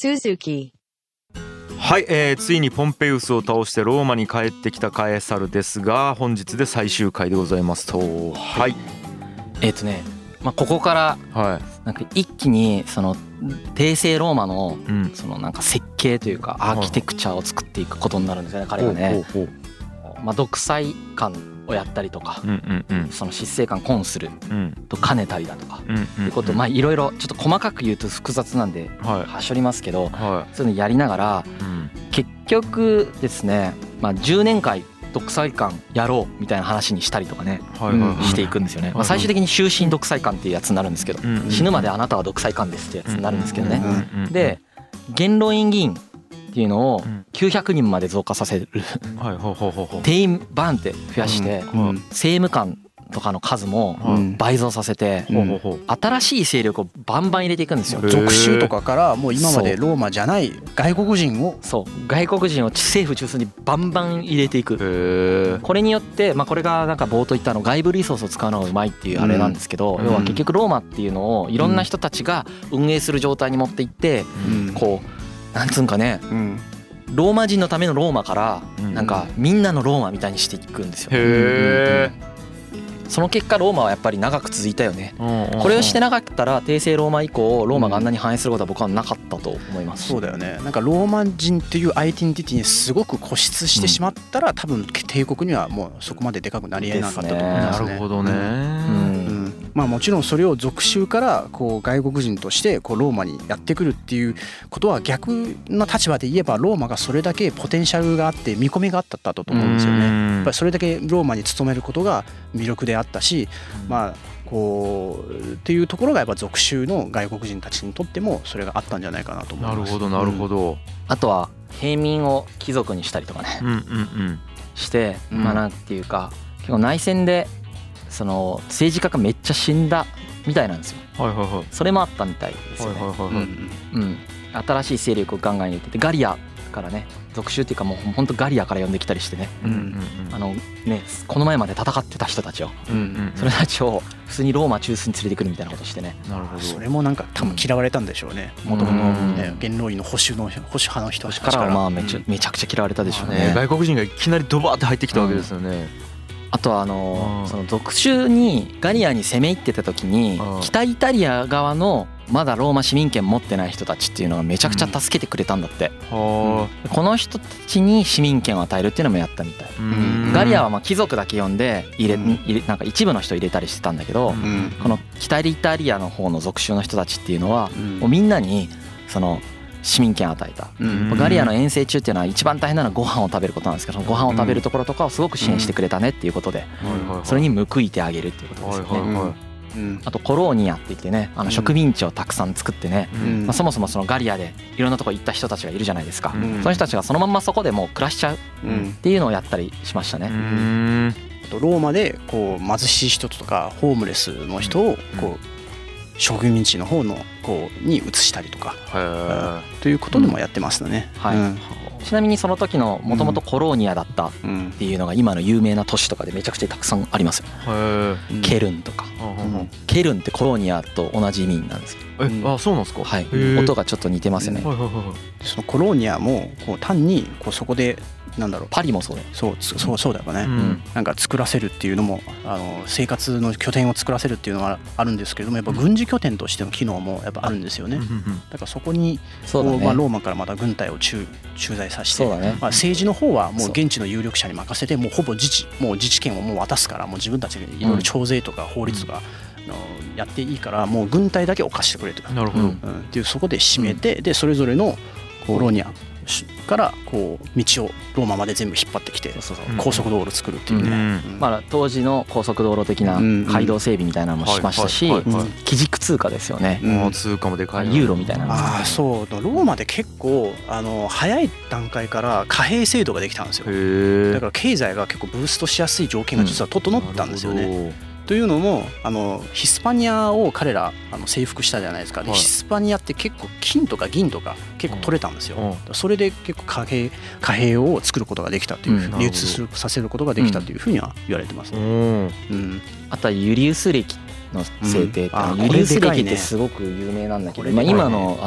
Suzuki。 はい、ついにポンペウスを倒してローマに帰ってきたカエサルですが、本日で最終回でございますと。はい。 ここからはい。 なんか一気にその帝政ローマのうん。 そのなんか設計というかアーキテクチャを作っていくことになるんですよね、彼がね。 ほうほう独裁官をやったりとか、 うんうんうんその執政官コンスルうんと兼ねたりだとかうんうんっていうことをいろいろちょっと細かく言うと複雑なんでははしょりますけど、 いはそういうのやりながらい。うん結局ですね、10年間独裁官やろうみたいな話にしたりとかねはいはいはい。 していくんですよね。最終的に終身独裁官っていうやつになるんですけど、 うん死ぬまであなたは独裁官ですってやつになるんですけどね。 うんうんで元老院議員っていうのをうん 900人まで増加させる、 はいほうほうほうほう。 定員バンって増やしてうん政務官とかの数もうん倍増させてほうほうほう。 新しい勢力をバンバン入れていくんですよ。 へー属州とかからもう今までローマじゃない外国人をそう外国人を政府中枢にバンバン入れていく。 へえ。 これによってこれがなんか冒頭言った外部リソースを使うのがうまいっていうあれなんですけど、 うん要は結局ローマっていうのをいろんな人たちが運営する状態に持っていってこうなんつうんかね、ローマ人のためのローマからなんかみんなのローマみたいにしていくんですよ。 へえ。 その結果ローマはやっぱり長く続いたよね。 ここれをしてなかったら帝政ローマ以降ローマがあんなに繁栄することは僕はなかったと思います。 そうだよね。なんかローマ人っていうアイデンティティにすごく固執してしまったら、多分帝国にはもうそこまででかくなりえなかったと思いまなすね。 るほどね。 もちろんそれを属州からこう外国人としてこうローマにやってくるっていうことは逆の立場で言えばローマがそれだけポテンシャルがあって見込みがあったと思うんですよね。やっぱりそれだけローマに勤めることが魅力であったし、こうっていうところがやっぱ属州の外国人たちにとってもそれがあったんじゃないかなと思います。 なるほどなるほど。 あとは平民を貴族にしたりとかねうんうんしてうんなんていうか結構内戦でその政治家がめっちゃ死んだみたいなんですよ。 うん。はいはいはい。 それもあったみたいですよね。 はいはいはいはい。 新しい勢力をガンガン入れててガリアからね属州っていうかもう本当ガリアから呼んできたりしてねこの前まで戦ってた人たちをそれたちを普通にローマ中枢に連れてくるみたいなことしてね。 なるほど。 それもなんか多分嫌われたんでしょうね。もともとね元老院の保守派の人たちからからはめちゃくちゃ嫌われたでしょうね。 外国人がいきなりドバーって入ってきたわけですよね。 あとはその属州にガリアに攻め入ってた時に北イタリア側のまだローマ市民権持ってない人たちっていうのがめちゃくちゃ助けてくれたんだって。 はこの人たちに市民権を与えるっていうのもやったみたい。 あ。 ガリアは貴族だけ呼んでなんか一部の人入れたりしてたんだけど、この北イタリアの方の属州の人たちっていうのはもうみんなにその市民権を与えた。ガリアの遠征中っていうのは一番大変なのはご飯を食べることなんですけど、そのご飯を食べるところとかをすごく支援してくれたねっていうことでそれに報いてあげるっていうことですよね。あとコローニアって言ってね植民地をたくさん作ってね、そもそもそのガリアでいろんなとこ行った人たちがいるじゃないですか。その人たちがそのまんまそこでもう暮らしちゃうっていうのをやったりしましたね。 ローマでこう貧しい人とかホームレスの人をこう植民地の方のこうに移したりとかということでもやってますね。 ちなみにその時のもともとコローニアだったっていうのが今の有名な都市とかでめちゃくちゃたくさんありますよ。ケルンとか。ケルンってコローニアと同じ意味なんですよ。 あ、そうなんですか。 はい。音がちょっと似てますよね。 そのコローニアもこう単にこうそこでなんだろう、 パリもそうだよ。 そうだよね。なんか作らせるっていうのも生活の拠点を作らせるっていうのはあるんですけれども、やっぱ軍事拠点としての機能もやっぱあるんですよね。だからそこにローマからまた軍隊を駐在させて、政治の方はもう現地の有力者に任せてもうほぼ自治権をもう渡すから、もう自分たちでいろいろ徴税とか法律とかやっていいから、もう軍隊だけ置かしてくれとか。なるほど。っていうそこで締めて、でそれぞれのコロニアからこう道をローマまで全部引っ張ってきて高速道路を作るっていうね。 当時の高速道路的な街道整備みたいなのもしましたし、基軸通貨ですよね。 通貨もでかい。 ユーロみたいな。 そうローマで結構早い段階から貨幣制度ができたんですよ。だから経済が結構ブーストしやすい条件が実は整ったんですよね。というのもヒスパニアを彼ら征服したじゃないですか。でヒスパニアって結構金とか銀とか結構取れたんですよ。それで結構貨幣を作ることができたという、流通させることができたというふうには言われてますね。 あとはユリウス暦っの制定ってユリウス暦ってすごく有名なんだけど、まあ今の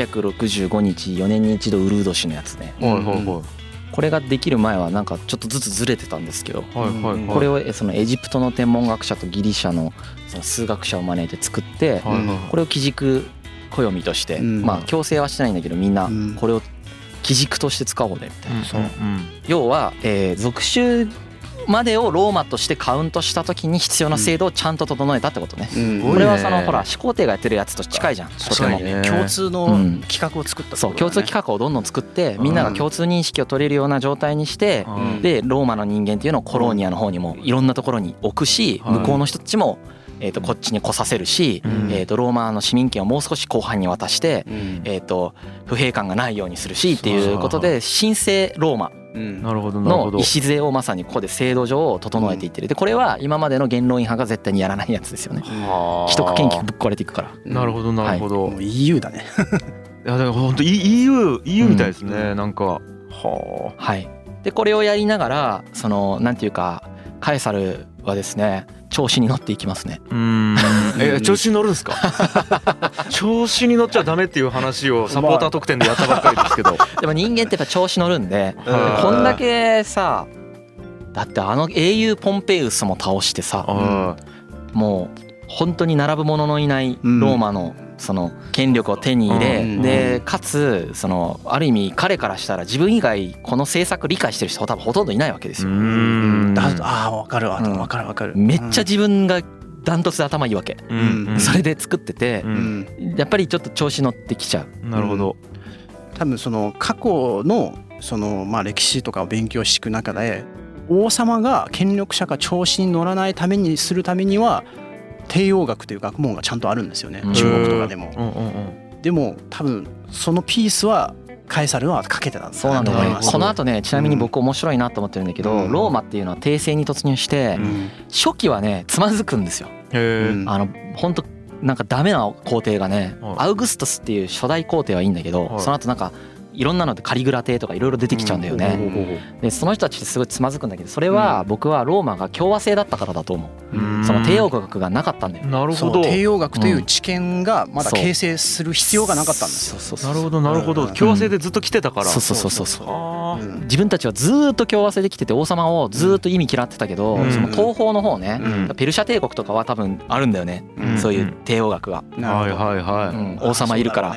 365日4年に一度ウルード氏のやつね。これができる前はなんかちょっとずつずれてたんですけど、これをそのエジプトの天文学者とギリシャのその数学者を招いて作って、これを基軸暦として、まあ強制はしてないんだけどみんなこれを基軸として使おうねみたいな。要は属州までをローマとしてカウントした時に必要な制度をちゃんと整えたってことね。これはそのほら始皇帝がやってるやつと近いじゃん。とても共通の企画を作った。 そう、共通企画をどんどん作ってみんなが共通認識を取れるような状態にして、でローマの人間っていうのをコローニアの方にもいろんなところに置くし、向こうの人たちもこっちに来させるし、ローマの市民権をもう少し広範に渡して、不平感がないようにするしっていうことで神聖ローマの礎をまさにここで制度上整えていってる。でこれは今までの元老院派が絶対にやらないやつですよね。既得権益ぶっ壊れていくから。 なるほどなるほど。 もう EU だね。 いやだから本当 EU みたいですね。なんかはい。でこれをやりながらそのなんていうかカエサルはですね調子に乗っていきますね。 調子に乗るんですか？調子に乗っちゃダメっていう話をサポーター特典でやったばっかりですけど。 でも人間ってやっぱ調子乗るんで、こんだけさ、だってあの英雄ポンペイウスも倒してさ、もう本当に並ぶ者のいないローマのその権力を手に入れ、でかつそのある意味彼からしたら自分以外この政策理解してる人は多分ほとんどいないわけですよ。 ああ分かるわ、分かる分かる。 めっちゃ自分がダントツで頭いいわけ。それで作ってて、やっぱりちょっと調子乗ってきちゃう。 なるほど。 多分その過去のそのまあ歴史とかを勉強していく中で、王様が権力者が調子に乗らないためにするためには帝王学という学問がちゃんとあるんですよね、中国とかでも。でも多分そのピースはカエサルはかけてたんだと思います。 この後ね、ちなみに僕面白いなと思ってるんだけど、ローマっていうのは帝政に突入して初期はねつまずくんですよ。本当なんかダメな皇帝がね、アウグストスっていう初代皇帝はいいんだけど、その後なんかいろんなのでカリグラ帝とかいろいろ出てきちゃうんだよね。でその人たちってすごいつまずくんだけど、それは僕はローマが共和制だったからだと思う。その帝王学がなかったんだよ。 なるほど。 帝王学という知見がまだ形成する必要がなかったんですよ。 なるほどなるほど。共和制でずっと来てたから。 自分たちはずっと共和制で来てて王様をずっと意味嫌ってたけど、その東方の方ね、ペルシャ帝国とかは多分あるんだよね。そういう帝王学が。王様いるから。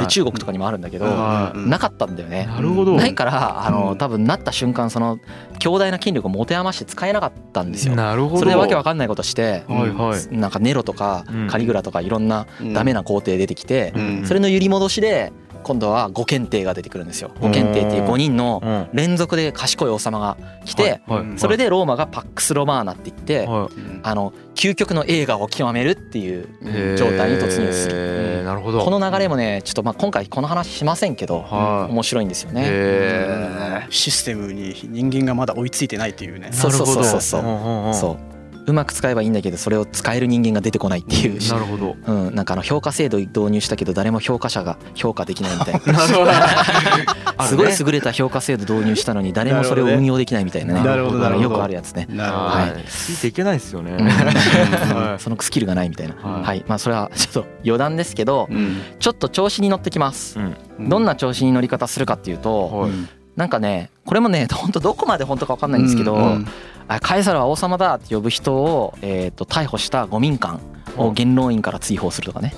中国とかにもあるんだけど。なかったんだよね。 なるほど。 ないから多分なった瞬間その強大な権力を持て余して使えなかったんですよ。 なるほど。 それでわけわかんないことしてなんかネロとかカリグラとかいろんなダメな皇帝出てきて、それの揺り戻しで今度は五検帝が出てくるんですよ。五検帝っていう5人の連続で賢い王様が来て、それでローマがパックスロマーナって言って究極の栄華を極めるっていう状態に突入する。 なるほど。 この流れもねちょっとまあ今回この話しませんけど面白いんですよね。 システムに人間がまだ追いついてないっていうね。 そううまく使えばいいんだけどそれを使える人間が出てこないっていう。 なるほど。 なんか評価制度導入したけど誰も評価者が評価できないみたいな。すごい優れた評価制度導入したのに誰もそれを運用できないみたいなね。よくあるやつね。 ついていけないですよね。 そのスキルがないみたいな。はい。まあそれはちょっと余談ですけど、ちょっと調子に乗ってきます。どんな調子に乗り方するかっていうと、なんかねこれもね本当どこまで本当か分かんないんですけど、カエサルは王様だって呼ぶ人を逮捕した御民官を元老院から追放するとかね。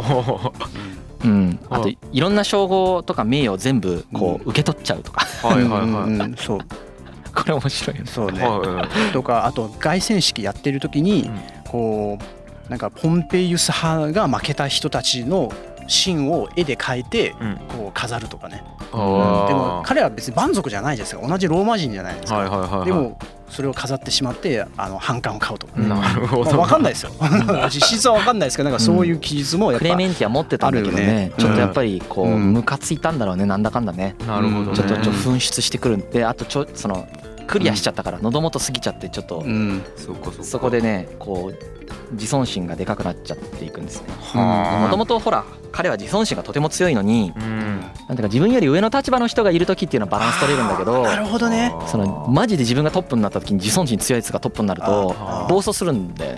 あといろんな称号とか名誉を全部こう受け取っちゃうとか。 そう。 これ面白いよね。 そうね。とかあと凱旋式やってる時にこうなんかポンペイウス派が負けた人たちの芯を絵で描いてこう飾るとかね。でも彼は別に蛮族じゃないじゃないですか。同じローマ人じゃないですか。でもそれを飾ってしまって反感を買うとか。 なるほど。 分かんないですよ。実質は分かんないですけど、なんかそういう記述もやっぱクレメンティは持ってたんだけどね、ちょっとやっぱりこうムカついたんだろうね、なんだかんだね。 なるほど。 ちょっと噴出してくるんで、あとそのクリアしちゃったから喉元過ぎちゃってちょっとそこでねこう自尊心がでかくなっちゃっていくんですね。もともとほら彼は自尊心がとても強いのに、なんていうか自分より上の立場の人がいる時っていうのはバランス取れるんだけど、 なるほどね。 そのマジで自分がトップになった時に自尊心強いやつがトップになると暴走するんだよね。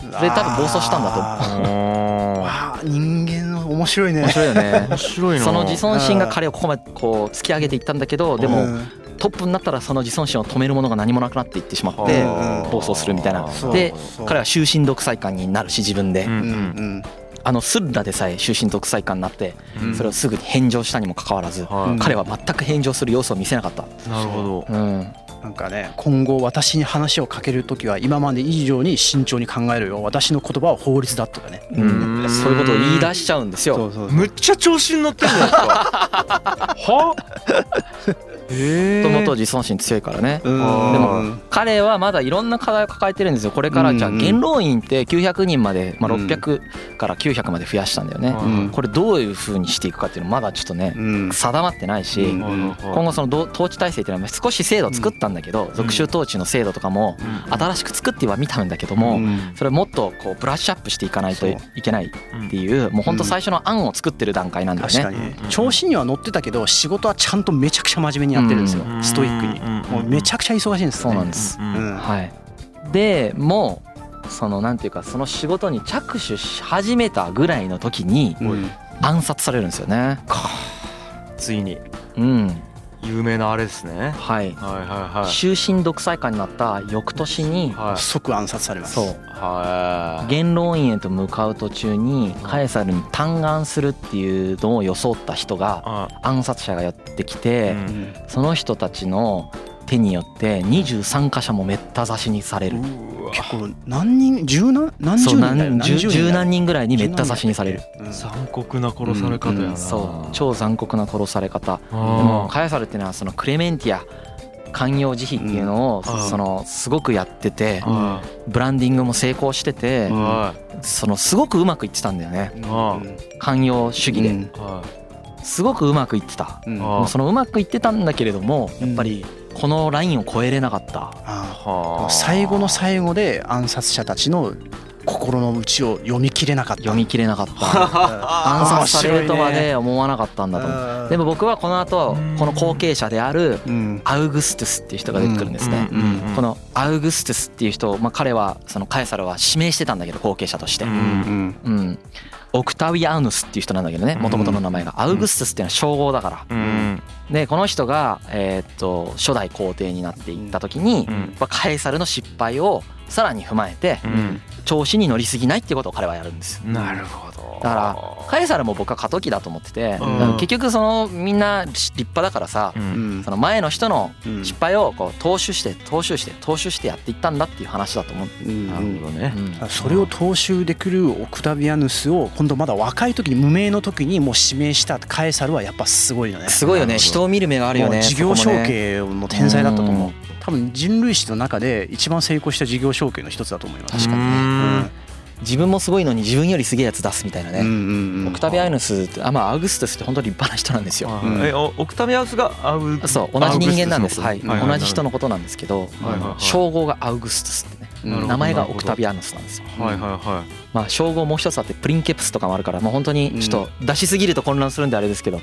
それ多分暴走したんだと思う。 人間の面白いね。 面白いよね。 面白いな。 その自尊心が彼をここまでこう突き上げていったんだけど、でもトップになったらその自尊心を止めるものが何もなくなっていってしまって暴走するみたいな。で彼は終身独裁官になるし自分で、スルラでさえ終身独裁官になってそれをすぐに返上したにもかかわらず、彼は全く返上する様子を見せなかった。 なるほど。 なんかね、今後私に話をかけるときは今まで以上に慎重に考えるよ、私の言葉は法律だとかね、 そういうことを言い出しちゃうんですよ。 むっちゃ調子に乗ってるんですか。はもともと自尊心強いからね。でも彼はまだいろんな課題を抱えてるんですよ。これからじゃあ元老院って900人まで、600から900まで増やしたんだよね。これどういう風にしていくかっていうのまだちょっとね定まってないし、今後その統治体制っていうのは少し制度作ったんだけど、属州統治の制度とかも新しく作ってはみたんだけども、それをもっとこうブラッシュアップしていかないといけないっていう、もう本当最初の案を作ってる段階なんだよね。 確かに調子には乗ってたけど仕事はちゃんとめちゃくちゃ真面目にやってるんですよ。ストイックにもうめちゃくちゃ忙しいんですよね。 そうなんです。はい。でもうそのなんていうか、その仕事に着手し始めたぐらいの時に暗殺されるんですよね。 ついに。有名なあれですね。 はい。終身独裁官になった翌年に即暗殺されます。 そう。元老院へと向かう途中にカエサルに嘆願するっていうのを装った人が、暗殺者がやってきて、その人たちの手によって23箇所もめった刺しにされる。 結構何人、十何人ぐらいにめった刺しにされる。 残酷な殺され方やな。 そう、超残酷な殺され方。でもカエサルっていうのはそのクレメンティア寛容慈悲っていうのをそのすごくやってて、ブランディングも成功してて、そのすごくうまくいってたんだよね。寛容主義ですごくうまくいってた。そのうまくいってたんだけれども、やっぱりこのラインを超えれなかった。 最後の最後で暗殺者たちの心の内を読み切れなかった。 暗殺されるとまで思わなかったんだと思う。でも僕はこの後この後継者であるアウグストゥスっていう人が出てくるんですね。このアウグストゥスっていう人を、彼はそのカエサルは指名してたんだけど、後継者として。オクタビアヌスっていう人なんだけどね、もともとの名前が。アウグストゥスっていうのは称号だから。でこの人が初代皇帝になっていった時に、カエサルの失敗をさらに踏まえて調子に乗りすぎないっていうことを彼はやるんです。 なるほど。 だからカエサルも僕は過渡期だと思ってて、結局そのみんな立派だからさ、その前の人の失敗をこう踏襲してやっていったんだっていう話だと思う。 なるほどね。 それを踏襲できるオクタビアヌスを今度まだ若い時に無名の時にもう指名したカエサルはやっぱすごいよね。 すごいよね。人を見る目があるよね。 事業承継の天才だったと思う。多分人類史の中で一番成功した事業承継の一つだと思います。 確かにね。自分もすごいのに自分よりすげえやつ出すみたいなね。オクタビアヌスってアウグストゥスって本当に立派な人なんですよ。 オクタビアヌスがそう同じ人間なんです。はい、同じ人のことなんですけど、称号がアウグストゥスってね、名前がオクタビアヌスなんですよ。称号もう一つあってプリンケプスとかもあるから、もう本当にちょっと出しすぎると混乱するんであれですけど、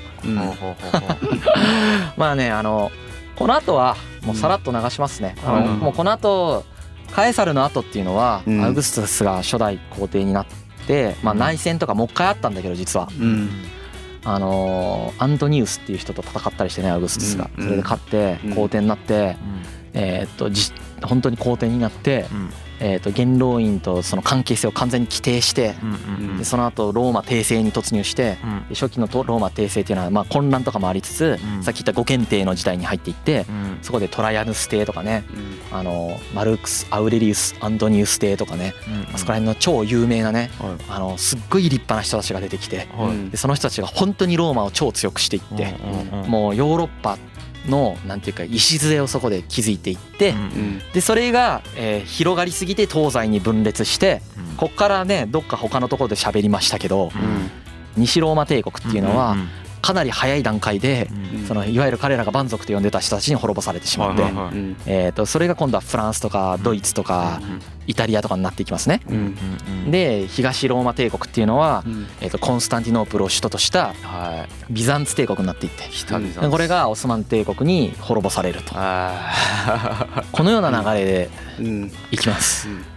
まあね、この後はもうさらっと流しますね。もうこの後カエサルの後っていうのはアウグストゥスが初代皇帝になって、内戦とかもう一回あったんだけど、実はアントニウスっていう人と戦ったりしてね、アウグストゥスがそれで勝って皇帝になって、本当に皇帝になって、元老院とその関係性を完全に規定して、でその後ローマ帝政に突入して、初期のローマ帝政っていうのは混乱とかもありつつ、さっき言った五検定の時代に入っていって、そこでトライアヌス帝とかね、マルクス・アウレリウス・アントニウス帝とかね、そこら辺の超有名なね、すっごい立派な人たちが出てきて、でその人たちが本当にローマを超強くしていって、もうヨーロッパのなんていうか礎をそこで築いていって、でそれが広がりすぎて東西に分裂して、こっからねどっか他のところで喋りましたけど、西ローマ帝国っていうのはかなり早い段階でそのいわゆる彼らが蛮族と呼んでた人たちに滅ぼされてしまって、それが今度はフランスとかドイツとかイタリアとかになっていきますね。で東ローマ帝国っていうのはコンスタンティノープルを首都としたビザンツ帝国になっていって、これがオスマン帝国に滅ぼされると、このような流れでいきます。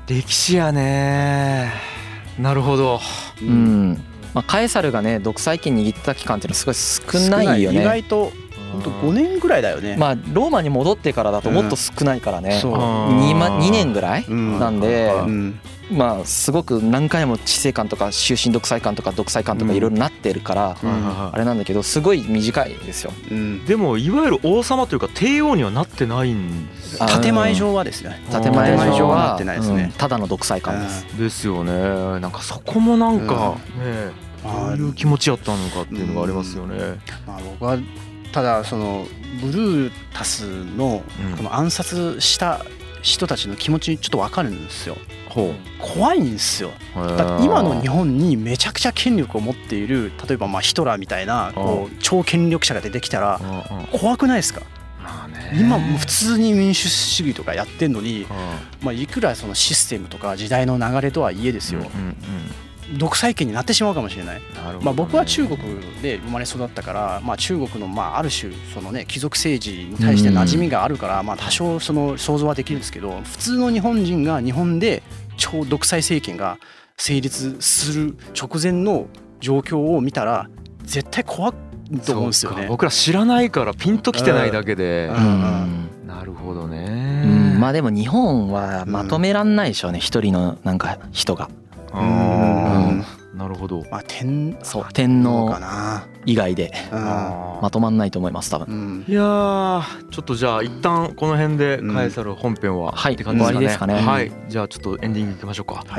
歴史やね。なるほど。 まあ、カエサルがね独裁権握った期間っていうのはすごい少ないよね。 意外と本当5年ぐらいだよね。 まあローマに戻ってからだともっと少ないからね、2年ぐらいなんで、まあすごく何回も治世官とか終身独裁官とか独裁官とかいろいろなってるからあれなんだけど、すごい短いですよ。 でもいわゆる王様というか帝王にはなってないんですよ。 建前上はですね。 建前上はなってないですね。 ただの独裁官です。 ですよね。なんかそこもなんかね、どういう気持ちやったのかっていうのがありますよね。 まあ僕はただそのブルータスのこの暗殺した人たちの気持ちちょっと分かるんですよ。怖いんですよ。だって今の日本にめちゃくちゃ権力を持っている、例えばまあヒトラーみたいなこう超権力者が出てきたら怖くないですか？今普通に民主主義とかやってんのに、まあいくらそのシステムとか時代の流れとはいえですよ、独裁権になってしまうかもしれない。まあ僕は中国で生まれ育ったから、まあ中国のまあある種そのね貴族政治に対して馴染みがあるから、まあ多少その想像はできるんですけど、普通の日本人が日本で超独裁政権が成立する直前の状況を見たら絶対怖いと思うんですよね。 僕ら知らないからピンときてないだけで。なるほどね。 まあでも日本はまとめらんないでしょうね、一人のなんか人が。 なるほど。 まあ天皇以外でまとまんないと思います多分。 いやちょっとじゃあ一旦この辺でカエサル本編はって感じですかね。 終わりですかね。 はい。じゃあちょっとエンディングいきましょうか。 はい。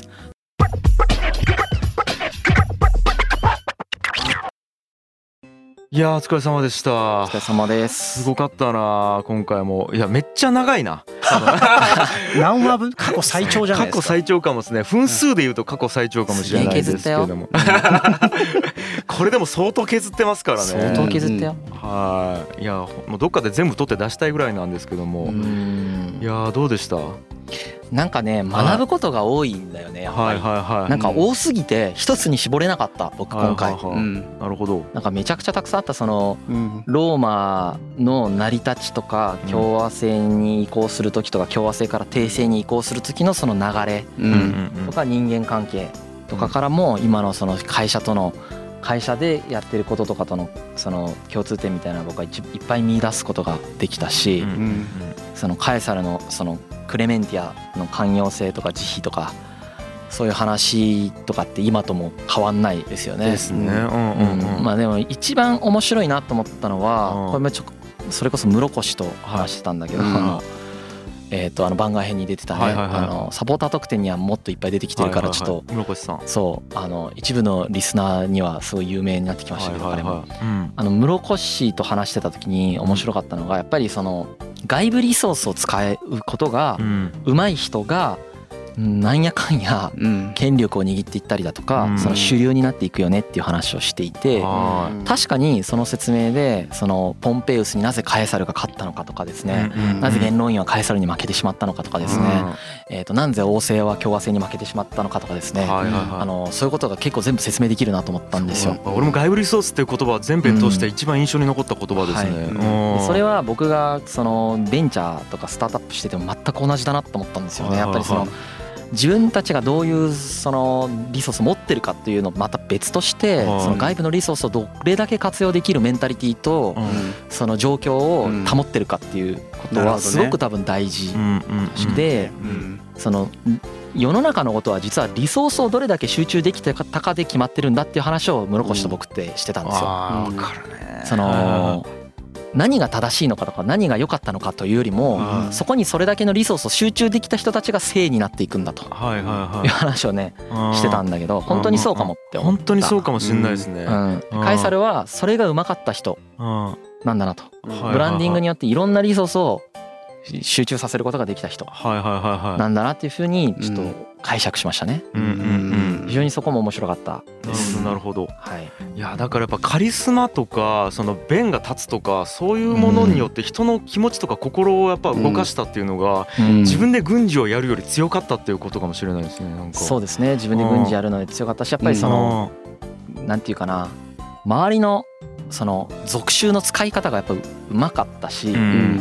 いやお疲れ様でした。 お疲れ様です。 すごかったな今回も。いやめっちゃ長いな。 何話分？過去最長じゃないですか。 過去最長かもですね。分数で言うと過去最長かもしれないですけども。これでも相当削ってますからね。 相当削ったよ。 はい。いやもうどっかで全部取って出したいぐらいなんですけども。いやどうでした？ なんかね学ぶことが多いんだよねやっぱり。なんか多すぎて一つに絞れなかった僕今回。 なるほど。 なんかめちゃくちゃたくさんあった。そのローマの成り立ちとか共和制に移行する時とか共和制から帝制に移行する時のその流れとか人間関係とかからも今のその会社でやってることとかとのその共通点みたいな僕はいっぱい見出すことができたし、そのカエサルのそのクレメンティアの寛容性とか慈悲とかそういう話とかって今とも変わんないですよね。 ですね。 まあでも一番面白いなと思ったのはこれもそれこそ室越と話してたんだけど、番外編に出てたねサポーター特典にはもっといっぱい出てきてるからちょっと室越さん一部のリスナーにはすごい有名になってきましたけど彼も室越と話してた時に面白かったのがやっぱりその外部リソースを使うことが上手い人がなんやかんや権力を握っていったりだとかその主流になっていくよねっていう話をしていて、確かにその説明でそのポンペウスになぜカエサルが勝ったのかとかですね、なぜ元老院はカエサルに負けてしまったのかとかですね、なぜ王政は共和制に負けてしまったのかとかですね、そういうことが結構全部説明できるなと思ったんですよ。 俺も外部リソースっていう言葉は全編通して一番印象に残った言葉ですね。 それは僕がそのベンチャーとかスタートアップしてても全く同じだなと思ったんですよね。やっぱりその自分たちがどういうそのリソースを持ってるかっていうのをまた別としてその外部のリソースをどれだけ活用できるメンタリティとその状況を保ってるかっていうことはすごく多分大事で、その世の中のことは実はリソースをどれだけ集中できてたかで決まってるんだっていう話を室越と僕ってしてたんですよ。その何が正しいのかとか何が良かったのかというよりもそこにそれだけのリソースを集中できた人たちが正になっていくんだという話をねしてたんだけど、本当にそうかもって思った。 本当にそうかもしれないですね。 カエサルはそれがうまかった人なんだなと。ブランディングによっていろんなリソースを集中させることができた人なんだなっていうふうにちょっと解釈しましたね。非常にそこも面白かったです。 なるほど。いやだからやっぱカリスマとかその弁が立つとかそういうものによって人の気持ちとか心をやっぱ動かしたっていうのが自分で軍事をやるより強かったっていうことかもしれないですね。なんかそうですね。自分で軍事やるので強かったし、やっぱりそのなんていうかな、周りのその属州の使い方がやっぱうまかったし、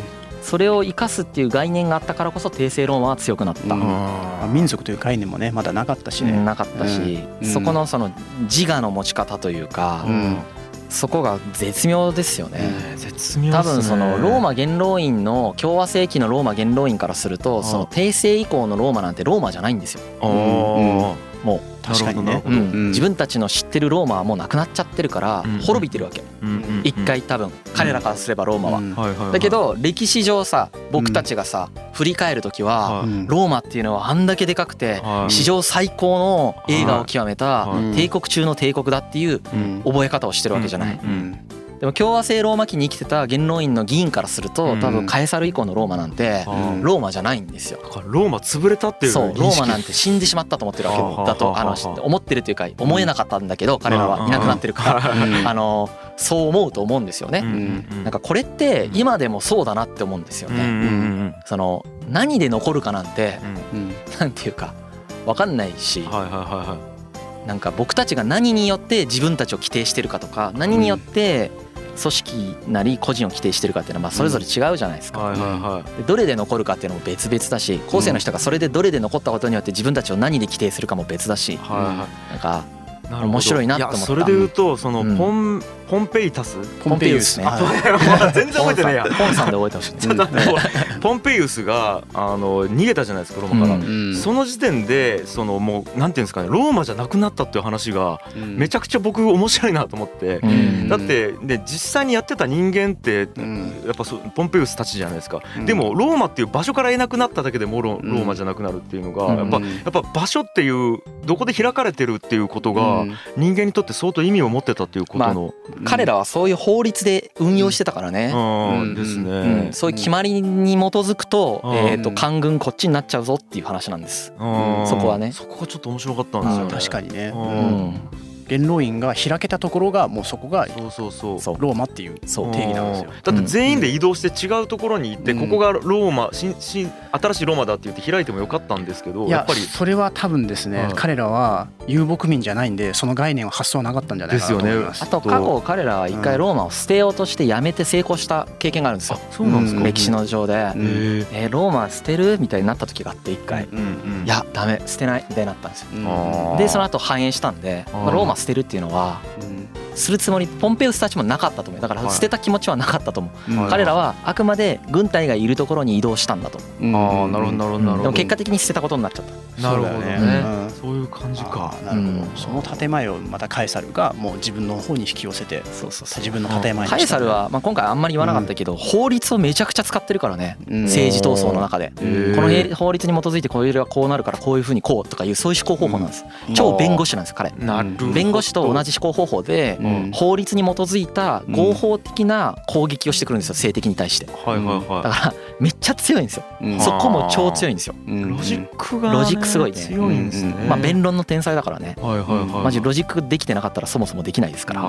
それを生かすっていう概念があったからこそ帝政ローマは強くなった、 民族という概念もねまだなかったしね、 なかったし、そこのその自我の持ち方というか、そこが絶妙ですよね。 絶妙多分そのローマ元老院の共和制期のローマ元老院からすると、その帝政以降のローマなんてローマじゃないんですよ。もう確かにね、 自分たちの知ってるローマはもうなくなっちゃってるから滅びてるわけ、一回多分彼らからすればローマは。だけど歴史上さ、僕たちがさ振り返る時はローマっていうのはあんだけでかくて史上最高の栄華を極めた帝国中の帝国だっていう覚え方をしてるわけじゃない。でも共和制ローマ期に生きてた元老院の議員からすると、多分カエサル以降のローマなんてローマじゃないんですよ。 ローマ潰れたっていう。 そう、ローマなんて死んでしまったと思ってるわけだと思ってるというか、思えなかったんだけど彼らはいなくなってるからそう思うと思うんですよね。なんかこれって今でもそうだなって思うんですよね。その何で残るかなんてなんていうか分かんないし、なんか僕たちが何によって自分たちを規定してるかとか、何によって組織なり個人を規定してるかっていうのはまあそれぞれ違うじゃないですか。でどれで残るかっていうのも別々だし、後世の人がそれでどれで残ったことによって自分たちを何で規定するかも別だし、なんか面白いなと思った。 それで言うとそのポンペイタス、 ポンペイウスね。 全然覚えてないや。 ポンさんで覚えてほしい。 ポンペイウスが逃げたじゃないですかローマから。その時点でそのもうなんていうんですかね、ローマじゃなくなったっていう話がめちゃくちゃ僕面白いなと思って。だってね実際にやってた人間ってやっぱポンペイウスたちじゃないですか。でもローマっていう場所からいなくなっただけでもローマじゃなくなるっていうのがやっぱ場所っていうどこで開かれてるっていうことが人間にとって相当意味を持ってたっていうことの。 彼らはそういう法律で運用してたからね。 ですね。 そういう決まりに基づくと官軍こっちになっちゃうぞっていう話なんです。そこはね。 そこがちょっと面白かったんですよね。 確かにね。元老院が開けたところがもうそこがローマっていう定義なんですよ。 だって全員で移動して違うところに行ってここがローマ新しいローマだって言って開いてもよかったんですけど、やっぱりそれは多分ですね、彼らは遊牧民じゃないんでその概念は発想はなかったんじゃないかなと思います。 あと過去彼らは一回ローマを捨てようとしてやめて成功した経験があるんですよ。 そうなんですか。 歴史の上でローマ捨てるみたいになった時があって一回、いやダメ捨てないみたいになったんですよ。でその後反映したんでローマ捨てるっていうのはするつもりポンペウスたちもなかったと思う。だから捨てた気持ちはなかったと思う。彼らはあくまで軍隊がいるところに移動したんだと。 なるほどなるほど。 でも結果的に捨てたことになっちゃった。 なるほどね。そういう感じか。 なるほど。その建前をまたカエサルがもう自分の方に引き寄せて、自分の建前に。 カエサルはまあ今回あんまり言わなかったけど法律をめちゃくちゃ使ってるからね。政治闘争の中でこの法律に基づいてこれはこうなるからこういうふうにこうとかいうそういう思考方法なんです。超弁護士なんです彼。弁護士と同じ思考方法で法律に基づいた合法的な攻撃をしてくるんですよ、政敵に対して。だからめっちゃ強いんですよ。そこも超強いんですよ。 ロジックがロジックすごいね。 強いんですね。 まあ弁論の天才だからね。マジロジックできてなかったらそもそもできないですから。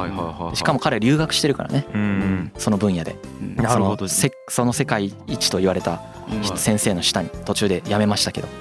しかも彼留学してるからね、その分野で。その世界一と言われた先生の下に途中で辞めましたけど。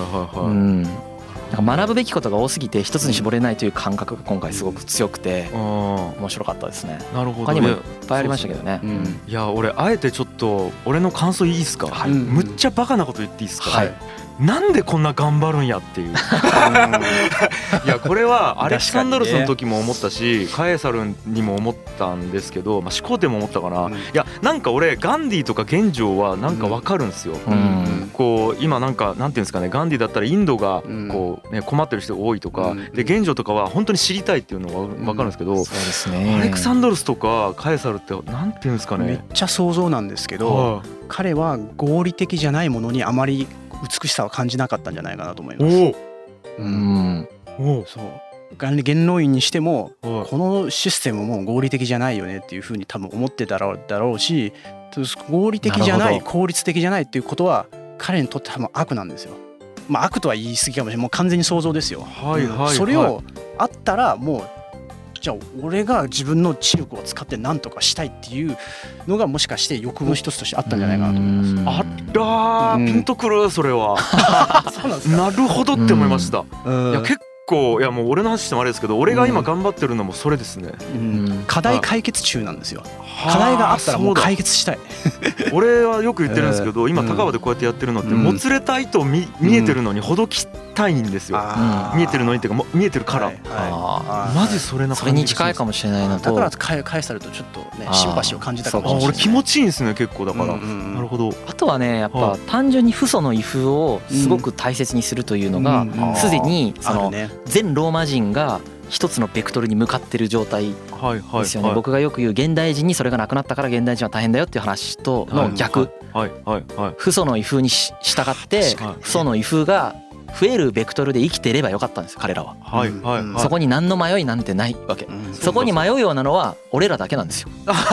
なんか学ぶべきことが多すぎて一つに絞れないという感覚が今回すごく強くて面白かったですね。 なるほど。 他にもいっぱいありましたけどね。 いや俺あえてちょっと俺の感想いいですか。むっちゃバカなこと言っていいですか。なんでこんな頑張るんやっていう。いやこれはアレキサンドロスの時も思ったしカエサルにも思ったんですけど、始皇帝も思ったかな。いやなんか俺ガンディとか玄奘はなんか分かるんですよ。こう今なんていうんですかね、ガンディだったらインドがこうね困ってる人が多いとかで、玄奘とかは本当に知りたいっていうのが分かるんですけど、アレクサンドロスとかカエサルってなんていうんですかね。 めっちゃ想像なんですけど、彼は合理的じゃないものにあまり美しさを感じなかったんじゃないかなと思います。そう元老院にしてもこのシステムも合理的じゃないよねっていうふうに多分思ってただろうし、合理的じゃない効率的じゃないっていうことは彼にとって多分悪なんですよ。まあ悪とは言い過ぎかもしれない。もう完全に想像ですよ。それをあったらもうじゃあ俺が自分の知力を使って何とかしたいっていうのがもしかして欲望一つとしてあったんじゃないかなと思います。 あらピンとくるそれは。なるほどって思いました。いや結構いやもう俺の話してもあれですけど、俺が今頑張ってるのもそれですね。 課題解決中なんですよ。 課題があったらもう解決したい。 俺はよく言ってるんですけど、今高場でこうやってやってるのってもつれた糸見えてるのにほどきたいんですよ。見えてるのにっていうか見えてるから。マジそれな感じ。 それに近いかもしれないなと。 だからカエサルとちょっとねシンパシーを感じたかもしれない。 俺気持ちいいんですね結構だから。なるほど。 あとはねやっぱ単純に父祖の遺風をすごく大切にするというのがすでにその全ローマ人が一つのベクトルに向かってる状態ですよね。僕がよく言う現代人にそれがなくなったから現代人は大変だよっていう話との逆。父祖の遺風に従って父祖の遺風が増えるベクトルで生きていればよかったんですよ彼らは。そこに何の迷いなんてないわけ。そこに迷うようなのは俺らだけなんですよ。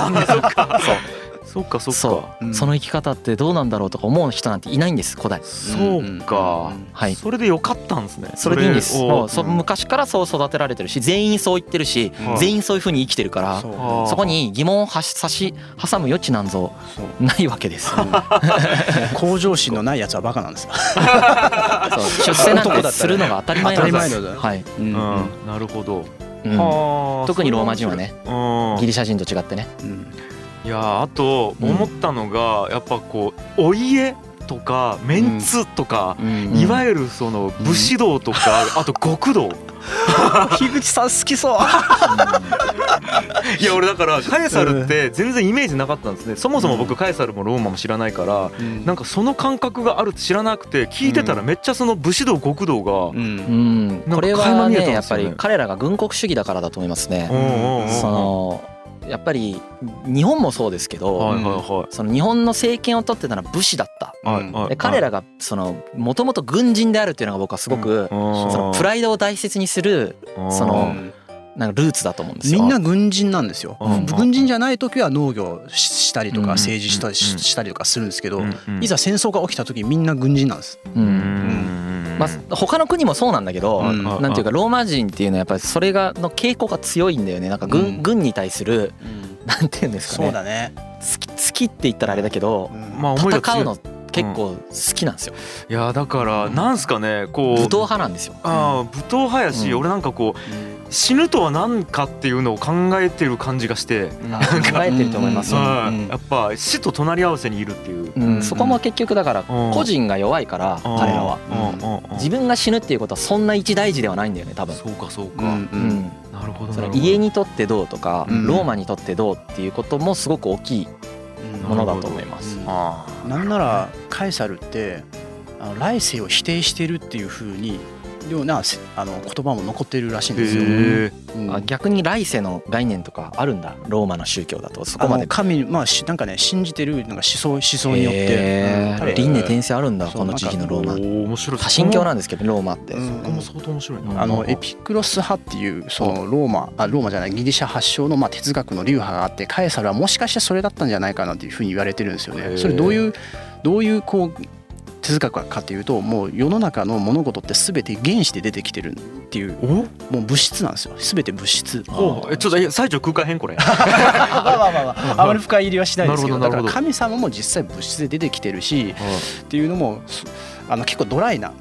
そうかその生き方ってどうなんだろうとか思う人なんていないんです古代。 そうか、それでよかったんですね。 それでいいんです。もう昔からそう育てられてるし全員そう言ってるし全員そういう風に生きてるからそこに疑問を挟む余地なんぞないわけです。 向上心のないやつはバカなんですよ。 出世なんてするのが当たり前なんです。 なるほど。 特にローマ人はねギリシャ人と違ってね。 いやあと思ったのがやっぱこうお家とかメンツとかいわゆるその武士道とかあと極道。 樋口さん好きそう。 いや俺だからカエサルって全然イメージなかったんですね。そもそも僕カエサルもローマも知らないからなんかその感覚があるって知らなくて聞いてたらめっちゃその武士道極道がこれはねやっぱり彼らが軍国主義だからだと思いますね。そのやっぱり日本もそうですけどその日本の政権を取ってたのは武士だった。で彼らがそのもともと軍人であるっていうのが僕はすごくそのプライドを大切にするそのなんかルーツだと思うんですよ。 みんな軍人なんですよ。軍人じゃない時は農業したりとか政治したりとかするんですけどいざ戦争が起きた時みんな軍人なんです。 まあ他の国もそうなんだけどなんていうかローマ人っていうのはやっぱりそれがの傾向が強いんだよね。なんか軍に対するなんていうんですかね。 そうだね。 好きって言ったらあれだけど戦うの結構好きなんですよ。 いやだからなんすかねこう武闘派なんですよ。 武闘派やし俺なんかこう死ぬとは何かっていうのを考えてる感じがして考えてると思いますよ。 やっぱ死と隣り合わせにいるっていうそこも結局だから個人が弱いから彼らは自分が死ぬっていうことはそんな一大事ではないんだよね多分。 そうかなるほど。 それ家にとってどうとかローマにとってどうっていうこともすごく大きいものだと思います。 なんならカエサルって来世を否定してるっていう風にような言葉も残っているらしいんですよ。 逆に来世の概念とかあるんだローマの宗教だと。そこまで神なんかね信じてるなんか思想によって輪廻転生あるんだこの地域のローマ。 面白い。 多神教なんですけどローマってそこも相当面白いな。 エピクロス派っていうそのローマじゃないギリシャ発祥の哲学の流派があってカエサルはもしかしてそれだったんじゃないかなっていうふうに言われてるんですよね。それどういうこう哲学かというともう世の中の物事って全て原子で出てきてるっていうもう物質なんですよ。全て物質。 ちょっと最初空間変これ。 あまり深入りはしないですけどだから神様も実際物質で出てきてるしっていうのも結構ドライな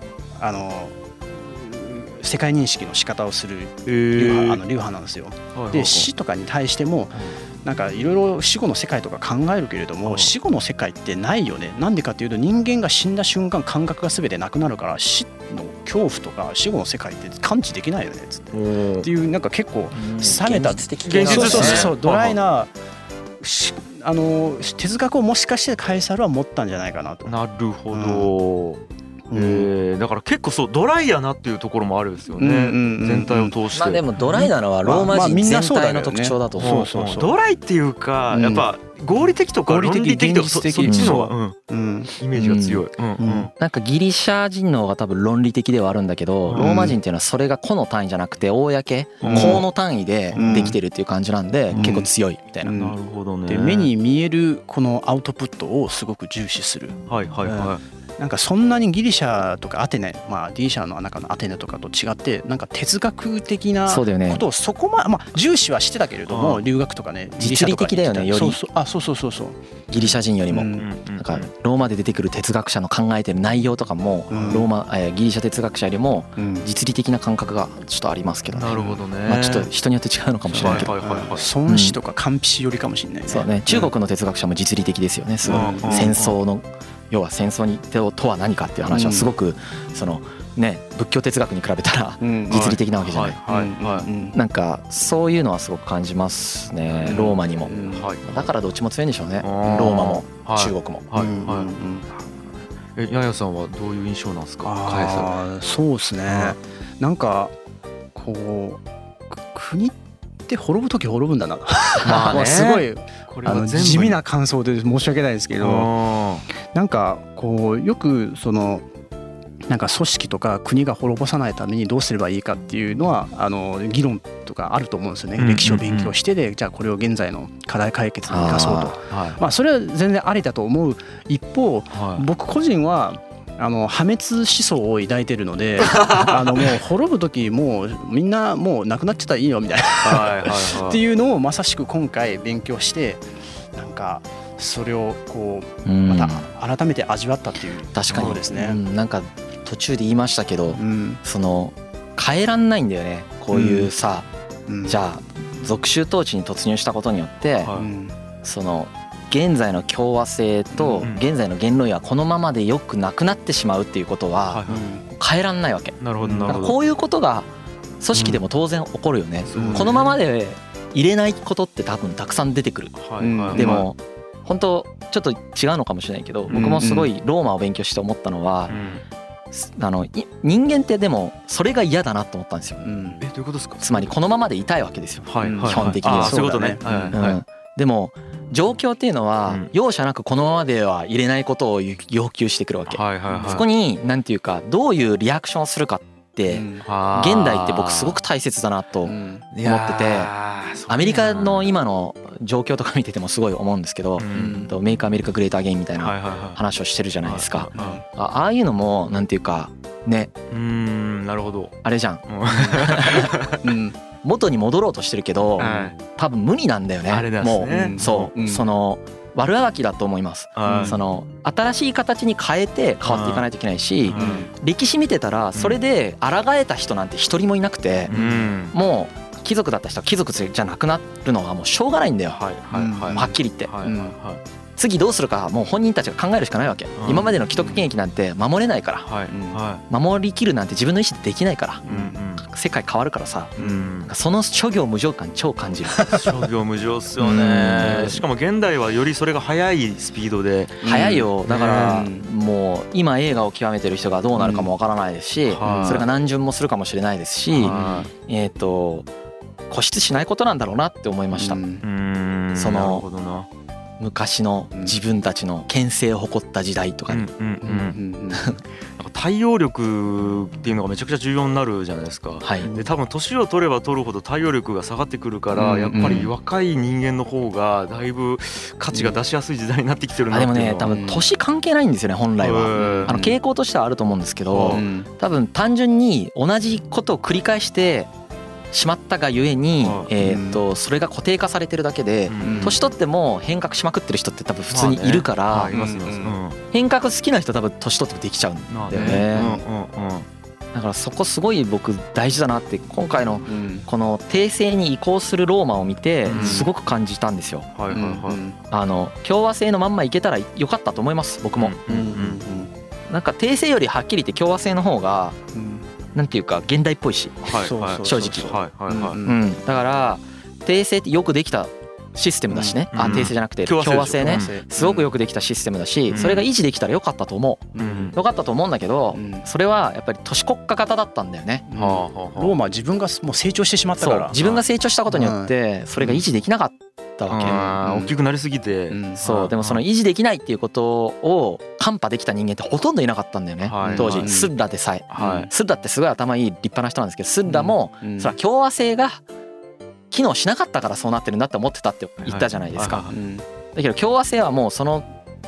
世界認識の仕方をする流派なんですよ。で死とかに対してもなんかいろいろ死後の世界とか考えるけれども死後の世界ってないよね。なんでかっていうと人間が死んだ瞬間感覚が全てなくなるから死の恐怖とか死後の世界って感知できないよねっつってっていうなんか結構冷めた現実的そうドライな哲学をもしかしてカエサルは持ったんじゃないかなと。 なるほど。だから結構そうドライやなっていうところもあるんですよね全体を通して。 まあでもドライなのはローマ人全体の特徴だと思う。 ドライっていうかやっぱ合理的とか論理的とかそっちのイメージが強い。 なんかギリシャ人の方が多分論理的ではあるんだけどローマ人っていうのはそれが個の単位じゃなくて公公の単位でできてるっていう感じなんで結構強いみたいな。 なるほどね。 で目に見えるこのアウトプットをすごく重視する。 なんかそんなにギリシャとかアテネ、まあギリシャの中のアテネとかと違ってなんか哲学的なことをそこまあ重視はしてたけれども、留学とかね実利的だよねより。 そうギリシャ人よりもなんかローマで出てくる哲学者の考えてる内容とかもギリシャ哲学者よりも実利的な感覚がちょっとありますけどね。 なるほどね。 まあちょっと人によって違うのかもしれないけど、 孫子とか韓非よりかもしれないね。 そうね、中国の哲学者も実利的ですよね。すごい戦争の要は戦争にとは何かっていう話はすごくそのね仏教哲学に比べたら実利的なわけじゃない。なんかそういうのはすごく感じますね、ローマにも。だからどっちも強いんでしょうね、ローマも中国も。 ヤヤさんはどういう印象なんですか、カエサル。 そうですね、なんかこう国って滅ぶ時滅ぶんだなすごい地味な感想で申し訳ないですけど、なんかこうよくそのなんか組織とか国が滅ぼさないためにどうすればいいかっていうのは議論とかあると思うんですよね。歴史を勉強してでじゃあこれを現在の課題解決に生かそうと。まあそれは全然ありだと思う一方、僕個人は破滅思想を抱いてるのでもう滅ぶ時もうみんなもうなくなっちゃったらいいよみたいなっていうのをまさしく今回勉強してなんかそれをこうまた改めて味わったっていうところですね。 なんか途中で言いましたけど、その変えらんないんだよねこういうさ、じゃあ属州統治に突入したことによってその現在の共和制と現在の元老院はこのままでよくなくなってしまうっていうことは変えらんないわけ。 なるほどなるほど。 こういうことが組織でも当然起こるよね。このままで入れないことって多分たくさん出てくる。でも本当ちょっと違うのかもしれないけど、僕もすごいローマを勉強して思ったのは人間ってでもそれが嫌だなと思ったんですよ。 どういうことですか。 つまりこのままでいたいわけですよ、基本的には。 そういうことね。 でも状況っていうのは容赦なくこのままでは入れないことを要求してくるわけ。そこになんていうかどういうリアクションをするかって現代って僕すごく大切だなと思ってて、アメリカの今の状況とか見ててもすごい思うんですけど、メイクアメリカグレートアゲインみたいな話をしてるじゃないですか。ああいうのもなんていうかね、 なるほど、 あれじゃん元に戻ろうとしてるけど多分無理なんだよね。もうそうその悪あがきだと思います。その新しい形に変えて変わっていかないといけないし、歴史見てたらそれで抗えた人なんて一人もいなくて、もう貴族だった人は貴族じゃなくなるのはもうしょうがないんだよ、はっきり言って。次どうするかもう本人たちが考えるしかないわけ。今までの既得権益なんて守れないから、守りきるなんて自分の意思でできないから、世界変わるからさ、その諸行無常感超感じる。 諸行無常っすよね。しかも現代はよりそれが速いスピードで速いよ。だからもう今映画を極めてる人がどうなるかもわからないですし、それが何巡もするかもしれないですし、固執しないことなんだろうなって思いました。その昔の自分たちの権勢を誇った時代とかに対応力っていうのがめちゃくちゃ重要になるじゃないですか。で多分年を取れば取るほど対応力が下がってくるから、やっぱり若い人間の方がだいぶ価値が出しやすい時代になってきてるなっていうのは。 でもね多分年関係ないんですよね本来は。傾向としてはあると思うんですけど、多分単純に同じことを繰り返してしまったがゆえに、それが固定化されてるだけで、年取っても変革しまくってる人って多分普通にいるから、変革好きな人多分年取ってもできちゃうんだよね。だからそこすごい僕大事だなって今回のこの帝政に移行するローマを見てすごく感じたんですよ。共和制のまんまいけたらよかったと思います僕も。なんか帝政よりはっきり言って共和制の方がなんていうか現代っぽいし、正直。だから帝政ってよくできたシステムだしね、帝政じゃなくて共和制ね、すごくよくできたシステムだし、それが維持できたらよかったと思う。よかったと思うんだけど、それはやっぱり都市国家型だったんだよね。 ローマは自分がもう成長してしまったから、 自分が成長したことによってそれが維持できなかったわけ。 大きくなりすぎて。 そうでもその維持できないっていうことを看破できた人間ってほとんどいなかったんだよね当時。スッラでさえ、スッラってすごい頭いい立派な人なんですけど、スッラもそれは共和制が機能しなかったからそうなってるんだって思ってたって言ったじゃないですか。だけど共和制はもうその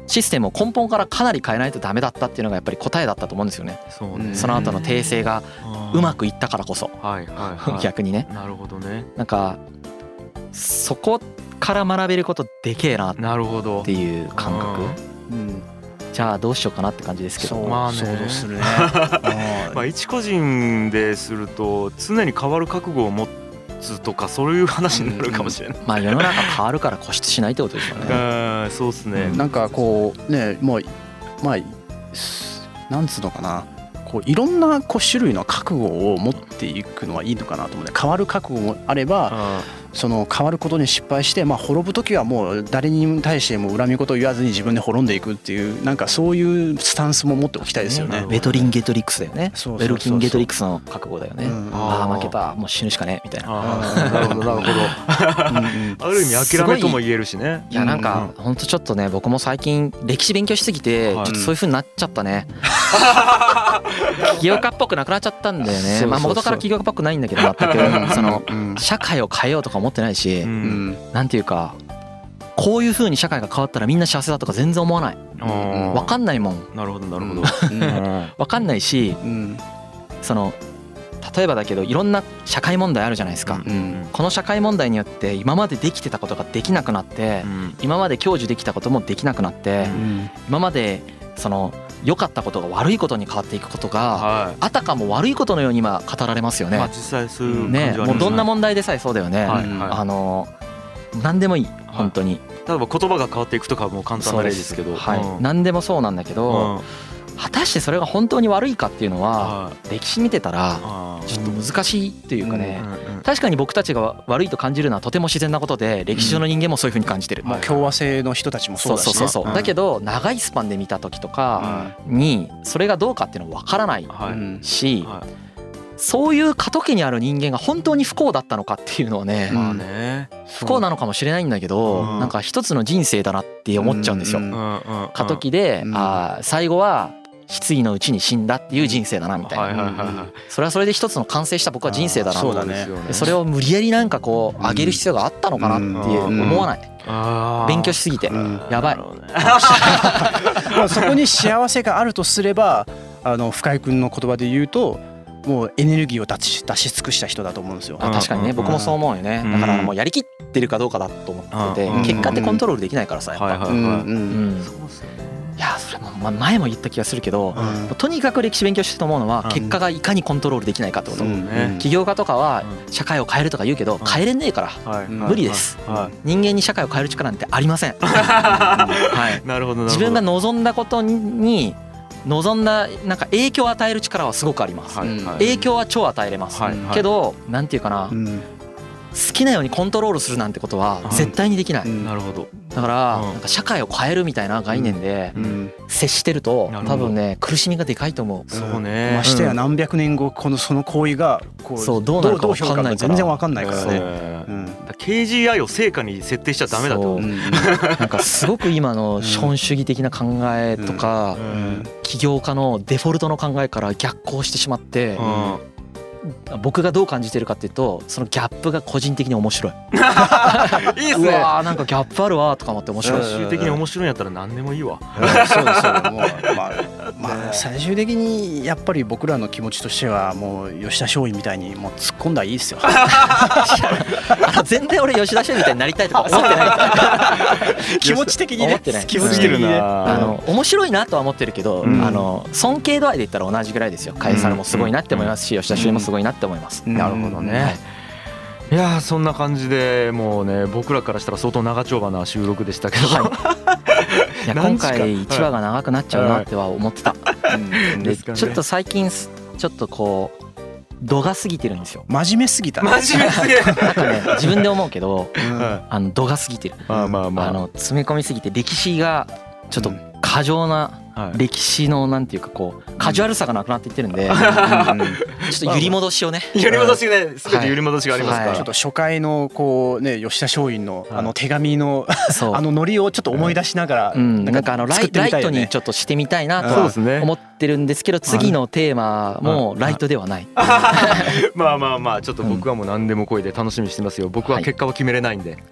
システムを根本からかなり変えないとダメだったっていうのがやっぱり答えだったと思うんですよね。その後の訂正がうまくいったからこそ逆にね。 なるほどね。 なんかそこから学べることでけえなっていう感覚。じゃあどうしようかなって感じですけど。 まあね、 そうするね。 まあ一個人ですると常に変わる覚悟を持つとかそういう話になるかもしれない。 まあ世の中変わるから固執しないってことですよね。 そうですね。 なんかこうね、もうまあなんつうのかな、こういろんな種類の覚悟を持っていくのはいいのかなと思って、変わる覚悟もあれば、その変わることに失敗して、まあ滅ぶ時はもう誰に対しても恨み事を言わずに自分で滅んでいくっていう、なんかそういうスタンスも持っておきたいですよね。 ベトリンゲトリックスだよね。ベルキンゲトリックスの覚悟だよね。ああ負けた、もう死ぬしかねみたいな。 なるほどなるほど。ある意味諦めとも言えるしね。 いやなんか本当ちょっとね、僕も最近歴史勉強しすぎてちょっとそういう風になっちゃったね。起業家っぽくなくなっちゃったんだよね。まあ元から起業家っぽくないんだけど、全くその社会を変えようとか思ってないし、なんていうかこういう風に社会が変わったらみんな幸せだとか全然思わない。分かんないもん。 なるほどなるほど。 分かんないし、その例えばだけどいろんな社会問題あるじゃないですか。この社会問題によって今までできてたことができなくなって、今まで享受できたこともできなくなって、今までその良かったことが悪いことに変わっていくことがあたかも悪いことのように今語られますよね。 実際そういう感じはありますね。 もうどんな問題でさえそうだよね。何でもいい本当に。 例えば言葉が変わっていくとかも簡単な例ですけど、 何でもそうなんだけど、果たしてそれが本当に悪いかっていうのは歴史見てたらちょっと難しいっていうかね。確かに僕たちが悪いと感じるのはとても自然なことで、歴史上の人間もそういう風に感じてる。 共和制の人たちもそうだしね。 だけど長いスパンで見た時とかにそれがどうかっていうのは分からないし、そういう過渡期にある人間が本当に不幸だったのかっていうのはね、不幸なのかもしれないんだけど、なんか一つの人生だなって思っちゃうんですよ。過渡期で最後は失意のうちに死んだっていう人生だなみたいな。それはそれで一つの完成した僕は人生だなと。それを無理やりなんかこう上げる必要があったのかなって思わない。勉強しすぎてやばい。 そこに幸せがあるとすれば、深井君の言葉で言うともうエネルギーを出し尽くした人だと思うんですよ。 確かにね、僕もそう思うよね。だからもうやりきってるかどうかだと思ってて、結果ってコントロールできないからさ、やっぱ。いやそれも前も言った気がするけど、とにかく歴史勉強してて思うのは結果がいかにコントロールできないかってこと。起業家とかは社会を変えるとか言うけど変えれねえから無理です。人間に社会を変える力なんてありません。自分が望んだことに望んだなんか影響を与える力はすごくあります。影響は超与えれます。けどなんていうかな、好きなようにコントロールするなんてことは絶対にできない。 なるほど。 だからなんか社会を変えるみたいな概念で接してると多分ね苦しみがでかいと思う。 そうね。 ましてや何百年後その行為がそうどうなるか分かんないから全然分かんないからね。 KGI を成果に設定しちゃダメだと。 なんかすごく今の資本主義的な考えとか起業家のデフォルトの考えから逆行してしまって。僕がどう感じてるかっていうと、そのギャップが個人的に面白い。 いいっすね。 うわーなんかギャップあるわとか思って面白い。 最終的に面白いんやったら何でもいいわ。 そうですよ。もうまあ最終的にやっぱり僕らの気持ちとしてはもう吉田松陰みたいにもう突っ込んだらいいですよ。 全然俺吉田松陰みたいになりたいとか思ってない。 気持ち的にね。 思ってない。 気持ち的にね。 面白いなとは思ってるけど、尊敬度合いで言ったら同じぐらいですよ。カエサルもすごいなって思いますし、吉田松陰もすごいなって思います。 なるほどね。いやそんな感じでもうね僕らからしたら相当長丁場な収録でしたけど、いや今回1話が長くなっちゃうなっては思ってた。でちょっと最近ちょっとこう度が過ぎてるんですよ。 真面目すぎた。 真面目すぎる。 なんかね自分で思うけど度が過ぎてる。詰め込みすぎて歴史がちょっと過剰な歴史のなんていうかこうカジュアルさがなくなっていってるんで、ちょっと揺り戻しをね、 揺り戻しね、全て揺り戻しがありますから、 ちょっと初回のこうね吉田松陰の手紙のノリをちょっと思い出しながら、 なんかライトにちょっとしてみたいなとは思ってるんですけど、次のテーマもライトではない。 まあまあまあちょっと僕はもう何でも来いで楽しみにしてますよ。僕は結果は決めれないんで。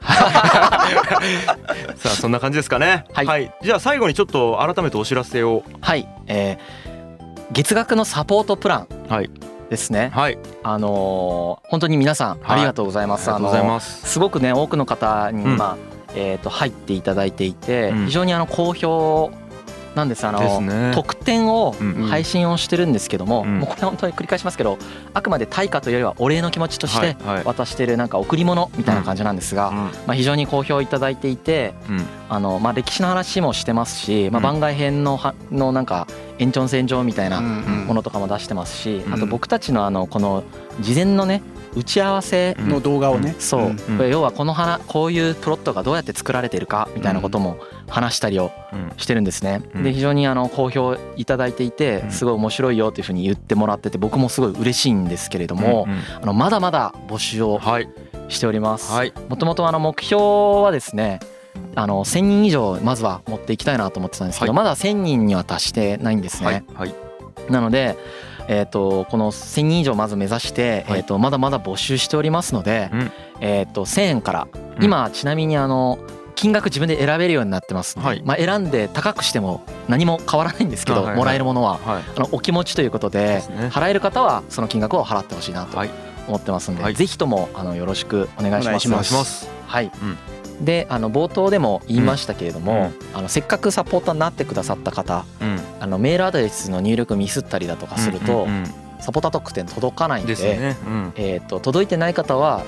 さあそんな感じですかね。はい。じゃあ最後にちょっと改めてお知らせを。 はい。月額のサポートプランですね。 はい。 本当に皆さんありがとうございます。 ありがとうございます。 すごくね多くの方に今入っていただいていて、非常に好評なんです。特典を配信をしてるんですけども、もうこれ本当に繰り返しますけど、あくまで対価というよりはお礼の気持ちとして渡してるなんか贈り物みたいな感じなんですが、非常に好評いただいていて、歴史の話もしてますし、番外編のなんか延長線上みたいなものとかも出してますし、あと僕たちのこの事前のね打ち合わせの動画をね、 そう要はこういうプロットがどうやって作られてるかみたいなことも話したりをしてるんですね。で非常に好評いただいていて、すごい面白いよというふうに言ってもらってて、僕もすごい嬉しいんですけれども、まだまだ募集をしております。もともと目標はですね、1000人以上まずは持っていきたいなと思ってたんですけど、まだ1000人には達してないんですね。なのでこの1000人以上まず目指して、まだまだ募集しておりますので、1000円から今ちなみに金額自分で選べるようになってますので、選んで高くしても何も変わらないんですけど、もらえるものはお気持ちということで、払える方はその金額を払ってほしいなと思ってますので、ぜひともよろしくお願いします。はい。で冒頭でも言いましたけれども、せっかくサポーターになってくださった方、メールアドレスの入力ミスったりだとかすると、サポーター特典届かないんで、届いてない方は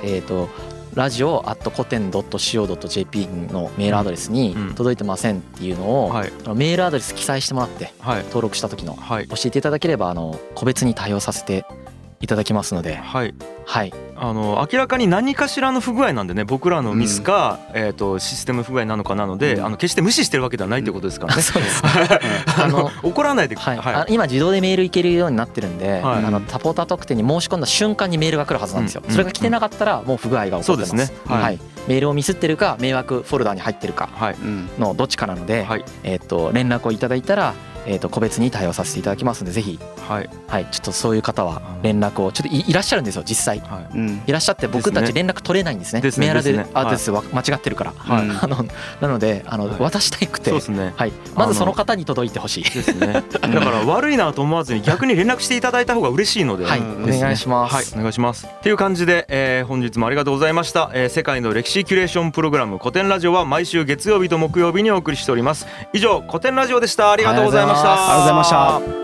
radio@koten.co.jp のメールアドレスに届いてませんっていうのをメールアドレス記載してもらって登録した時の教えていただければ個別に対応させていただきますので、 明らかに何かしらの不具合なんでね、僕らのミスか、システム不具合なのかなので、決して無視してるわけではないってことですからね。 そうです。 怒らないで、 今自動でメールいけるようになってるんで、サポーター特典に申し込んだ瞬間にメールが来るはずなんですよ。それが来てなかったらもう不具合が起こってます。メールをミスってるか迷惑フォルダに入ってるかのどっちかなので、連絡をいただいたら個別に対応させていただきますので、ぜひ、ちょっとそういう方は連絡をちょっといらっしゃるんですよ実際、いらっしゃって僕たち連絡取れないんですね、メールアドレスは間違ってるから、なので渡したくて、まずその方に届いてほしいですね。 だから悪いなと思わずに逆に連絡していただいた方が嬉しいので、 お願いします。 お願いしますっていう感じで、本日もありがとうございました。世界の歴史キュレーションプログラム古典ラジオは毎週月曜日と木曜日にお送りしております。以上古典ラジオでした。ありがとうございました。 ありがとうございました。